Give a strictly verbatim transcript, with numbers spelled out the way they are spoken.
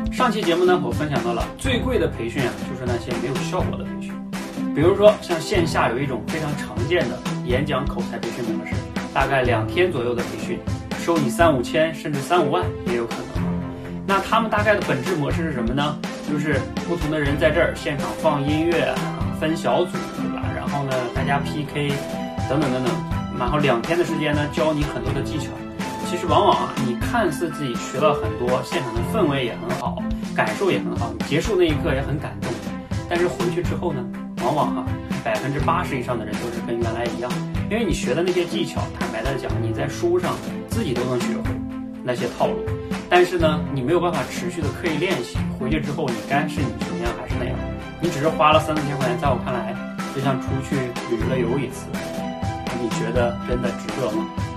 上期节目呢，我分享到了最贵的培训啊，就是那些没有效果的培训。比如说，像线下有一种非常常见的演讲口才培训模式，大概两天左右的培训，收你三五千甚至三五万也有可能。那他们大概的本质模式是什么呢？就是不同的人在这儿现场放音乐，分小组，对吧？然后呢，大家 P K 等等等等，然后两天的时间呢，教你很多的技巧。其实往往啊，你看似自己学了很多，现场的氛围也很好，感受也很好，结束那一刻也很感动。但是回去之后呢，往往啊，百分之八十以上的人都是跟原来一样，因为你学的那些技巧，坦白的讲，你在书上自己都能学会那些套路，但是呢，你没有办法持续的刻意练习，回去之后你该是你什么样还是那样，你只是花了三四千块钱，在我看来，就像出去旅了游一次，你觉得真的值得吗？